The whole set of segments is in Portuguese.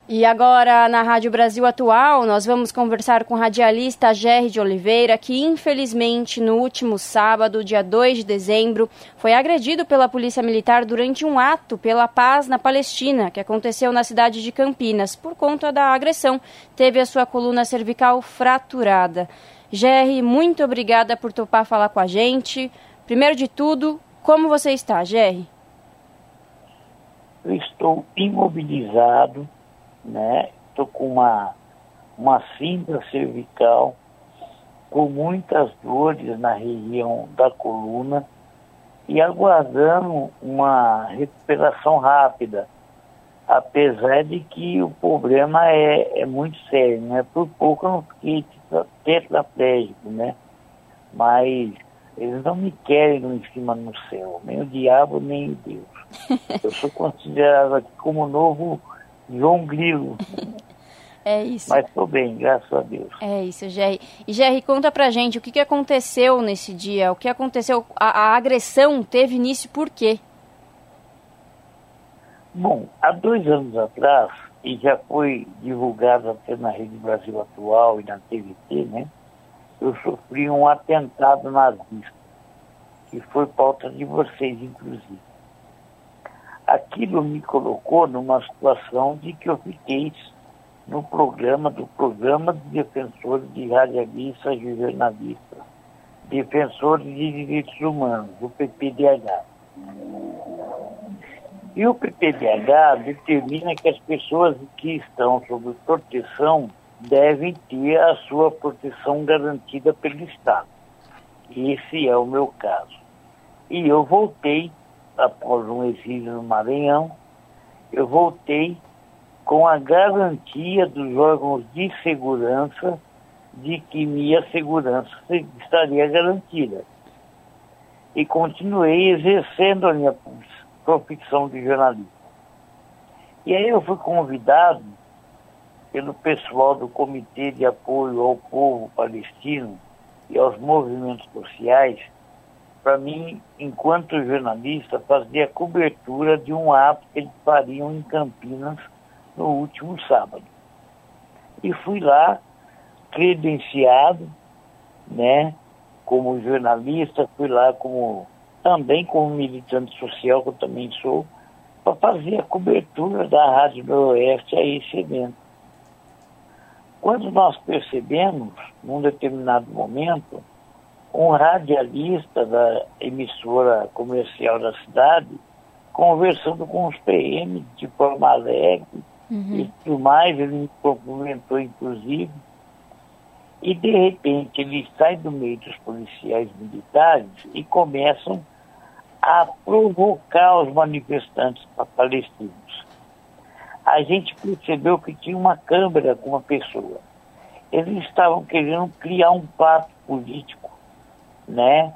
E agora, na Rádio Brasil Atual, nós vamos conversar com o radialista Gerry de Oliveira, que infelizmente no último sábado, dia 2 de dezembro, foi agredido pela Polícia Militar durante um ato pela paz na Palestina, que aconteceu na cidade de Campinas. Por conta da agressão, teve a sua coluna cervical fraturada. Gerry, muito obrigada por topar falar com a gente. Primeiro de tudo, como você está, Gerry? Eu estou imobilizado, né? Estou com uma cinta cervical, com muitas dores na região da coluna e aguardando uma recuperação rápida, apesar de que o problema é muito sério, né? Por pouco eu não fiquei tetraplégico, né? Mas eles não me querem lá em cima no céu, nem o diabo, nem o Deus. Eu sou considerado aqui como o novo João Grilo. É isso. Mas estou bem, graças a Deus. É isso, Gerry. E Gerry, conta pra gente o que aconteceu nesse dia, o que aconteceu, a agressão teve início por quê? Bom, há 2 anos atrás, e já foi divulgado até na Rede Brasil Atual e na TVT, né? Eu sofri um atentado nazista, que foi pauta de vocês, inclusive. Aquilo me colocou numa situação de que eu fiquei no programa de defensores de radialistas e jornalistas, defensores de direitos humanos, o PPDH. E o PPDH determina que as pessoas que estão sob proteção devem ter a sua proteção garantida pelo Estado. Esse é o meu caso. E eu voltei, após um exílio no Maranhão, eu voltei com a garantia dos órgãos de segurança de que minha segurança estaria garantida. E continuei exercendo a minha profissão de jornalista. E aí eu fui convidado pelo pessoal do Comitê de Apoio ao Povo Palestino e aos movimentos sociais para mim, enquanto jornalista, fazer a cobertura de um ato que eles fariam em Campinas no último sábado. E fui lá, credenciado, né, como jornalista, fui lá também como militante social, que eu também sou, para fazer a cobertura da Rádio Noroeste a esse evento. Quando nós percebemos, num determinado momento, um radialista da emissora comercial da cidade, conversando com os PM de forma alegre e tudo mais, ele me cumprimentou inclusive, e de repente ele sai do meio dos policiais militares e começam a provocar os manifestantes palestinos. A gente percebeu que tinha uma câmera com uma pessoa. Eles estavam querendo criar um fato político, né?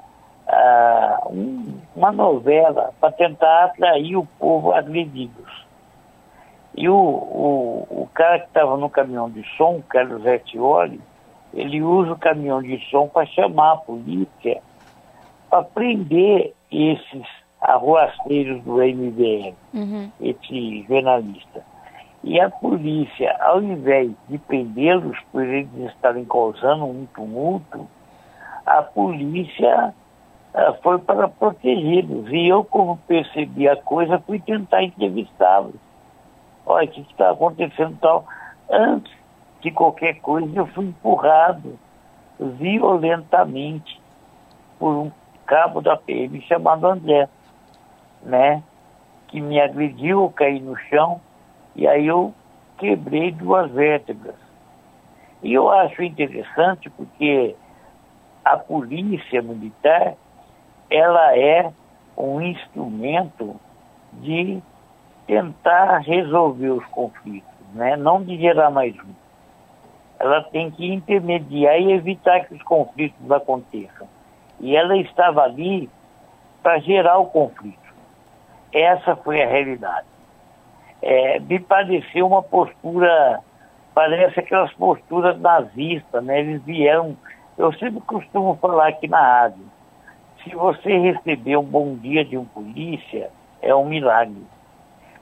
Uma novela para tentar atrair o povo agredidos. E o cara que estava no caminhão de som, Carlos Ettioli, ele usa o caminhão de som para chamar a polícia para prender esses arruaceiros do MBL, esse jornalista. E a polícia, ao invés de prendê-los por eles estarem causando um tumulto, a polícia foi para protegê-los. E eu, como percebi a coisa, fui tentar entrevistá-los. Olha, o que está acontecendo tal? Antes de qualquer coisa, eu fui empurrado violentamente por um cabo da PM chamado André, né? Que me agrediu, eu caí no chão, e aí eu quebrei 2 vértebras. E eu acho interessante porque a polícia militar, ela é um instrumento de tentar resolver os conflitos, né? Não de gerar mais um. Ela tem que intermediar e evitar que os conflitos aconteçam. E ela estava ali para gerar o conflito. Essa foi a realidade. Me pareceu uma postura, parece aquelas posturas nazistas, né? Eles vieram, eu sempre costumo falar aqui na rádio, se você receber um bom dia de um polícia, é um milagre.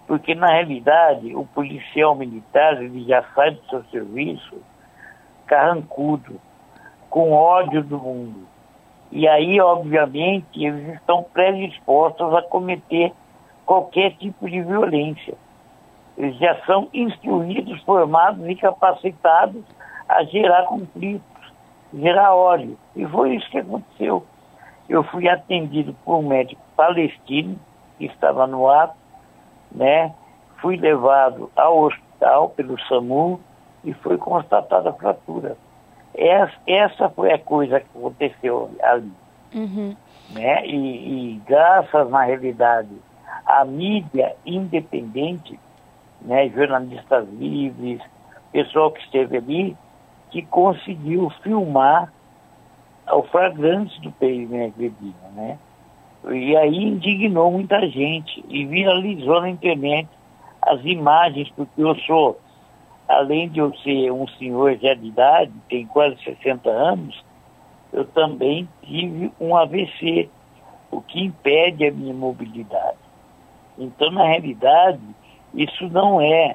Porque, na realidade, o policial militar, ele já sai do seu serviço carrancudo, com ódio do mundo. E aí, obviamente, eles estão predispostos a cometer qualquer tipo de violência. Eles já são instruídos, formados e capacitados a gerar conflitos, gerar ódio. E foi isso que aconteceu. Eu fui atendido por um médico palestino, que estava no ato, né? Fui levado ao hospital pelo SAMU e foi constatada a fratura. Essa foi a coisa que aconteceu ali. Uhum. Né? E graças, na realidade, à mídia independente, né? Jornalistas livres, pessoal que esteve ali, que conseguiu filmar o flagrante do PM agredido, né? E aí indignou muita gente e viralizou na internet as imagens, porque eu sou, além de eu ser um senhor já de idade, tenho quase 60 anos, eu também tive um AVC, o que impede a minha mobilidade. Então, na realidade, isso não é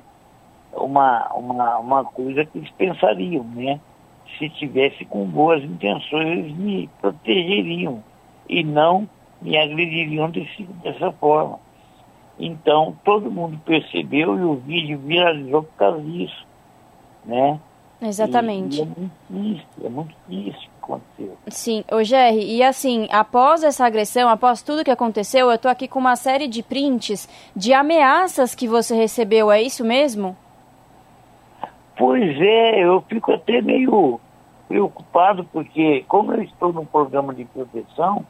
uma coisa que eles pensariam, né? Se tivesse com boas intenções, eles me protegeriam e não me agrediriam dessa forma. Então, todo mundo percebeu e o vídeo viralizou por causa disso, né? Exatamente. É muito triste o que aconteceu. Sim, ô Gerry, e assim, após essa agressão, após tudo que aconteceu, eu tô aqui com uma série de prints de ameaças que você recebeu, é isso mesmo? Pois é, eu fico até meio preocupado, porque como eu estou num programa de proteção,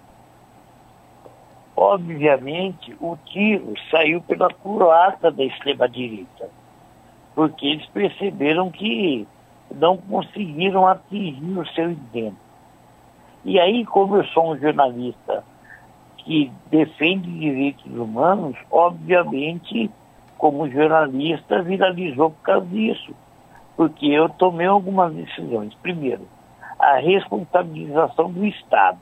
obviamente o tiro saiu pela culatra da extrema-direita, porque eles perceberam que não conseguiram atingir o seu intento. E aí, como eu sou um jornalista que defende direitos humanos, obviamente, como jornalista, viralizou por causa disso, porque eu tomei algumas decisões. Primeiro, a responsabilização do Estado,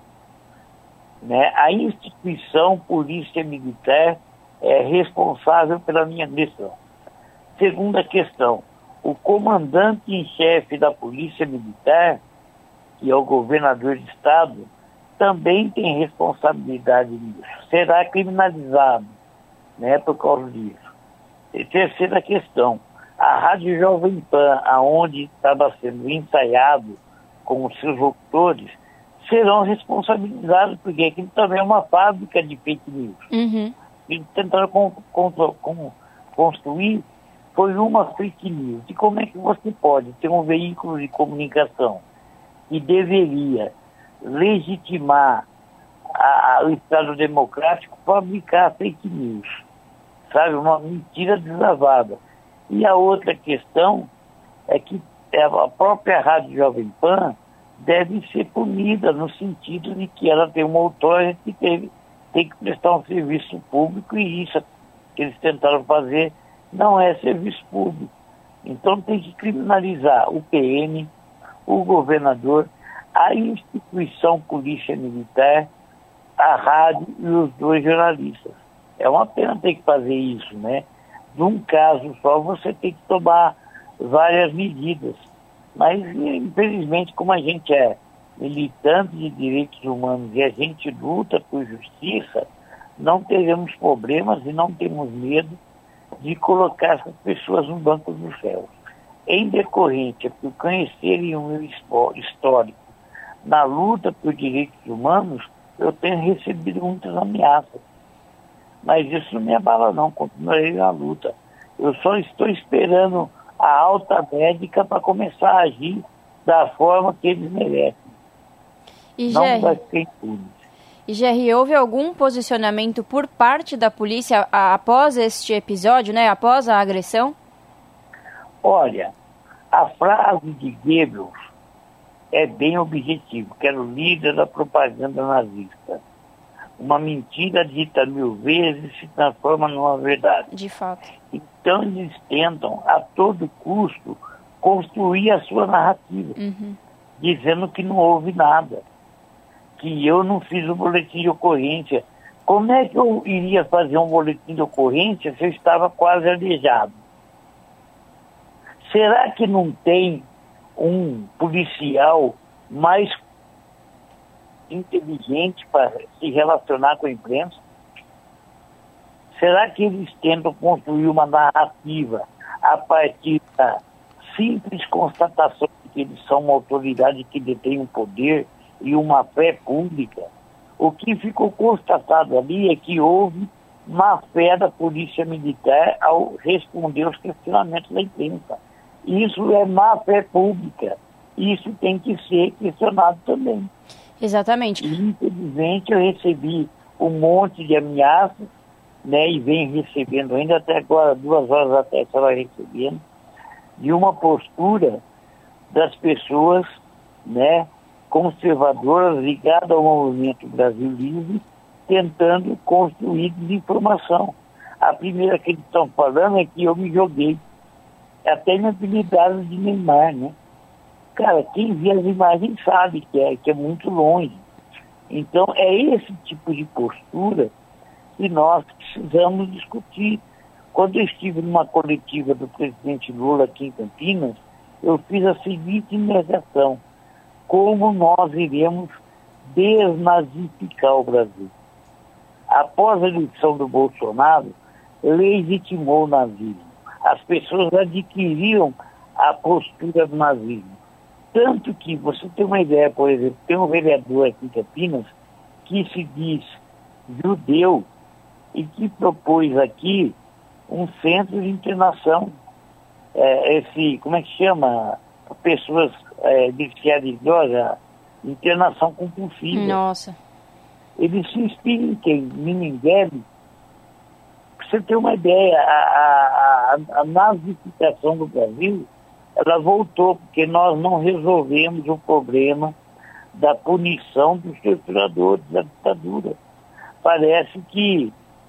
né? A instituição Polícia Militar é responsável pela minha agressão. Segunda questão, o comandante em chefe da Polícia Militar, que é o governador de Estado, também tem responsabilidade nisso. Será criminalizado, né, por causa disso. E terceira questão, a Rádio Jovem Pan, aonde estava sendo ensaiado com os seus locutores, serão responsabilizados, porque aquilo também é uma fábrica de fake news. Uhum. Eles tentaram construir, foi uma fake news. E como é que você pode ter um veículo de comunicação que deveria legitimar o Estado Democrático fabricar fake news? Sabe, uma mentira deslavada. E a outra questão é que a própria Rádio Jovem Pan deve ser punida no sentido de que ela tem uma outorga que tem que prestar um serviço público, e isso que eles tentaram fazer não é serviço público. Então tem que criminalizar o PM, o governador, a instituição Polícia Militar, a rádio e os dois jornalistas. É uma pena ter que fazer isso, né? Num caso só você tem que tomar várias medidas. Mas, infelizmente, como a gente é militante de direitos humanos e a gente luta por justiça, não teremos problemas e não temos medo de colocar essas pessoas no banco dos réus. Em decorrência, por conhecerem o meu histórico na luta por direitos humanos, eu tenho recebido muitas ameaças. Mas isso não me abala não, continuarei na luta. Eu só estou esperando a alta médica para começar a agir da forma que eles merecem. E não vai ser impune. E Gerry, houve algum posicionamento por parte da polícia após este episódio, né? Após a agressão? Olha, a frase de Goebbels é bem objetiva, que era o líder da propaganda nazista. Uma mentira dita 1000 vezes se transforma numa verdade. De fato. Então eles tentam, a todo custo, construir a sua narrativa, dizendo que não houve nada, que eu não fiz o boletim de ocorrência, Como é que eu iria fazer um boletim de ocorrência se eu estava quase aleijado? Será que não tem um policial mais inteligente para se relacionar com a imprensa? Será que eles tentam construir uma narrativa a partir da simples constatação de que eles são uma autoridade que detém um poder e uma fé pública? O que ficou constatado ali é que houve má fé da polícia militar ao responder aos questionamentos da imprensa. Isso é má fé pública. Isso tem que ser questionado também. Exatamente. E, infelizmente, eu recebi um monte de ameaças, né, e venho recebendo ainda até agora, 2 horas até estava recebendo, de uma postura das pessoas, né, conservadoras ligadas ao movimento Brasil Livre, tentando construir desinformação. A primeira que eles estão falando é que eu me joguei. Até me apelidaram de Neymar, né? Cara, quem vê as imagens sabe que é muito longe. Então, é esse tipo de postura que nós precisamos discutir. Quando eu estive numa coletiva do presidente Lula aqui em Campinas, eu fiz a seguinte interrogação: como nós iremos desnazificar o Brasil? Após a eleição do Bolsonaro, legitimou o nazismo. As pessoas adquiriram a postura do nazismo. Tanto que, você tem uma ideia, por exemplo, tem um vereador aqui em Campinas que se diz judeu e que propôs aqui um centro de internação. Como é que chama? Pessoas viciadas em droga, internação compulsiva. Nossa. Ele se inspira em quem? Meninghelli. Para você ter uma ideia, a nazificação do Brasil, ela voltou porque nós não resolvemos o problema da punição dos torturadores da ditadura. Parece que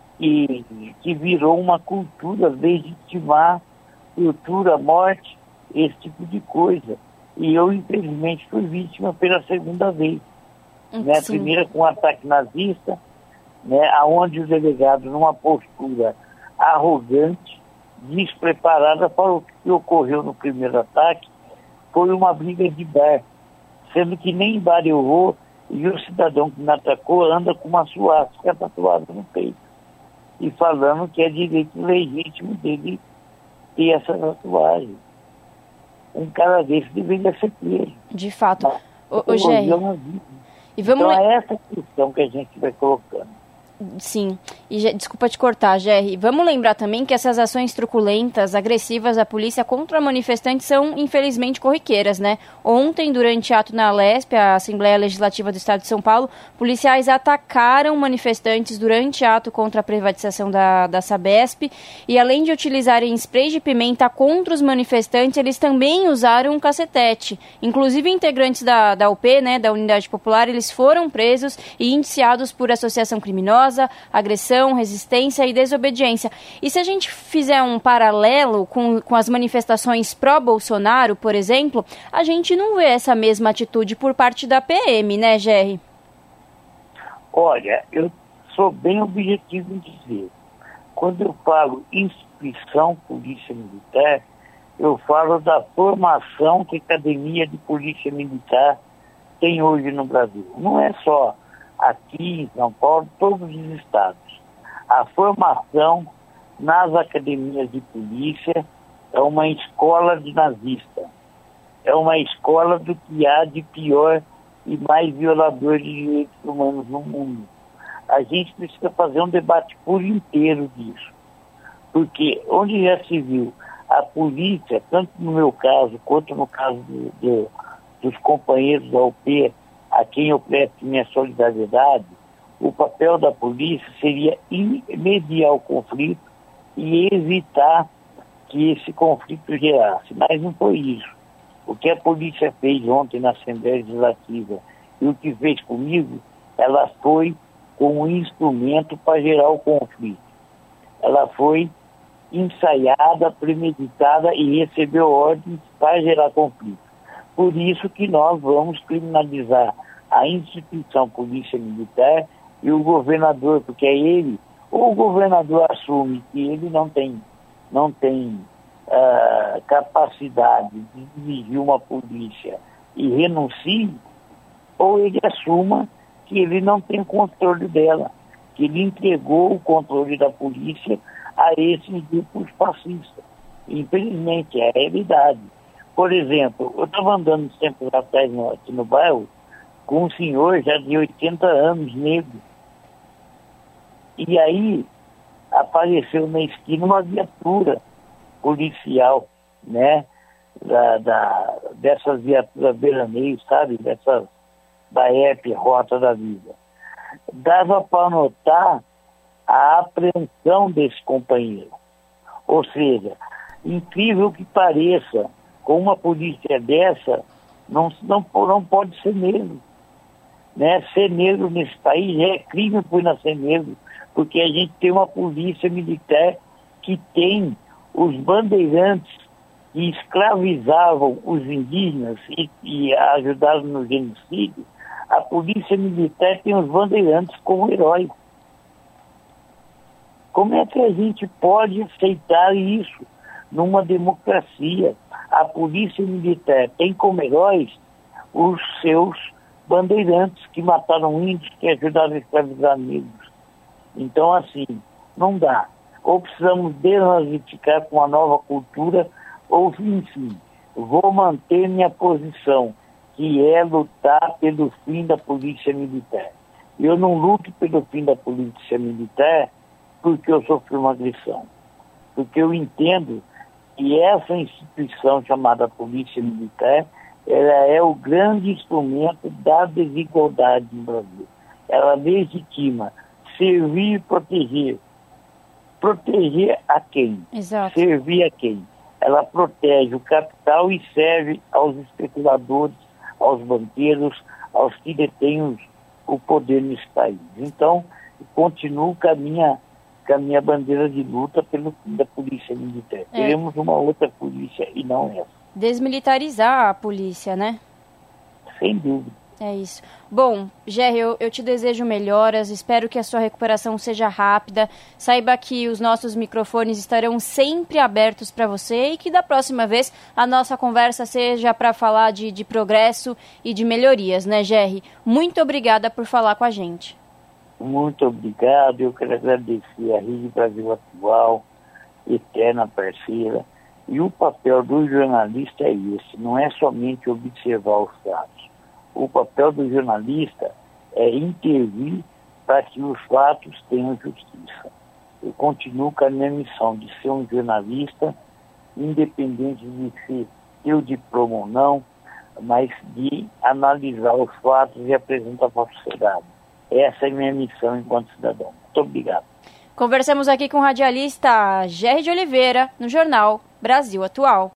virou uma cultura legitimar tortura, morte, esse tipo de coisa. E eu, infelizmente, fui vítima pela segunda vez. Né? A primeira com um ataque nazista, né? Onde os delegados, numa postura arrogante, despreparada para o que ocorreu no primeiro ataque, foi uma briga de bar, sendo que nem bar eu vou, e o cidadão que me atacou anda com uma suástica tatuada no peito, e falando que é direito legítimo dele ter essa tatuagem. Um cara desse deveria ser preso. De fato. O Gerry. E vamos... Então é essa questão que a gente vai colocando. Sim, e desculpa te cortar, Gerry. Vamos lembrar também que essas ações truculentas, agressivas da polícia contra manifestantes são, infelizmente, corriqueiras, né? Ontem, durante ato na Alesp, a Assembleia Legislativa do Estado de São Paulo, policiais atacaram manifestantes durante ato contra a privatização da Sabesp e, além de utilizarem spray de pimenta contra os manifestantes, eles também usaram um cacetete. Inclusive, integrantes da UP, né, da Unidade Popular, eles foram presos e indiciados por associação criminosa, agressão, resistência e desobediência. E se a gente fizer um paralelo com as manifestações pró-Bolsonaro, por exemplo, a gente não vê essa mesma atitude por parte da PM, né, Gerry? Olha, eu sou bem objetivo em dizer. Quando eu falo instituição polícia militar, eu falo da formação que a Academia de Polícia Militar tem hoje no Brasil. Não é só aqui em São Paulo, todos os estados. A formação nas academias de polícia é uma escola de nazista. É uma escola do que há de pior e mais violador de direitos humanos no mundo. A gente precisa fazer um debate por inteiro disso. Porque onde já se viu a polícia, tanto no meu caso, quanto no caso dos companheiros da UP, a quem eu presto minha solidariedade, o papel da polícia seria mediar o conflito e evitar que esse conflito gerasse. Mas não foi isso. O que a polícia fez ontem na Assembleia Legislativa e o que fez comigo, ela foi com um instrumento para gerar o conflito. Ela foi ensaiada, premeditada e recebeu ordens para gerar conflito. Por isso que nós vamos criminalizar a instituição Polícia Militar e o governador, porque é ele, ou o governador assume que ele não tem capacidade de dirigir uma polícia e renuncie, ou ele assuma que ele não tem controle dela, que ele entregou o controle da polícia a esses grupos fascistas. Infelizmente, é a realidade. Por exemplo, eu estava andando uns tempos atrás aqui no bairro com um senhor já de 80 anos, negro. E aí apareceu na esquina uma viatura policial, né? Dessas viaturas beraneiras, sabe? Da EP, Rota da Vida. Dava para notar a apreensão desse companheiro. Ou seja, incrível que pareça, com uma polícia dessa, não pode ser negro. Né? Ser negro nesse país é crime por nascer negro, porque a gente tem uma polícia militar que tem os bandeirantes que escravizavam os indígenas e ajudaram no genocídio. A polícia militar tem os bandeirantes como heróis. Como é que a gente pode aceitar isso numa democracia? A polícia militar tem como heróis os seus bandeirantes que mataram índios, que ajudaram a escravizar negros. Então, assim, não dá. Ou precisamos desnazificar com uma nova cultura, ou, enfim, vou manter minha posição, que é lutar pelo fim da polícia militar. Eu não luto pelo fim da polícia militar porque eu sofri uma agressão. Porque eu entendo que essa instituição chamada Polícia Militar, ela é o grande instrumento da desigualdade no Brasil. Ela legitima servir e proteger. Proteger a quem? Exato. Servir a quem? Ela protege o capital e serve aos especuladores, aos banqueiros, aos que detêm o poder nesse país. Então, continuo com a minha bandeira de luta pelo fim da polícia militar. Queremos uma outra polícia e não essa. Desmilitarizar a polícia, né? Sem dúvida. É isso. Bom, Gerry, eu te desejo melhoras, espero que a sua recuperação seja rápida. Saiba que os nossos microfones estarão sempre abertos para você e que da próxima vez a nossa conversa seja para falar de progresso e de melhorias, né, Gerry? Muito obrigada por falar com a gente. Muito obrigado, eu quero agradecer a Rede Brasil Atual, eterna parceira. E o papel do jornalista é esse, não é somente observar os fatos. O papel do jornalista é intervir para que os fatos tenham justiça. Eu continuo com a minha missão de ser um jornalista, independente de ser eu diploma ou não, mas de analisar os fatos e apresentar para a sociedade. Essa é a minha missão enquanto cidadão. Muito obrigado. Conversamos aqui com o radialista Gerry de Oliveira, no jornal Brasil Atual.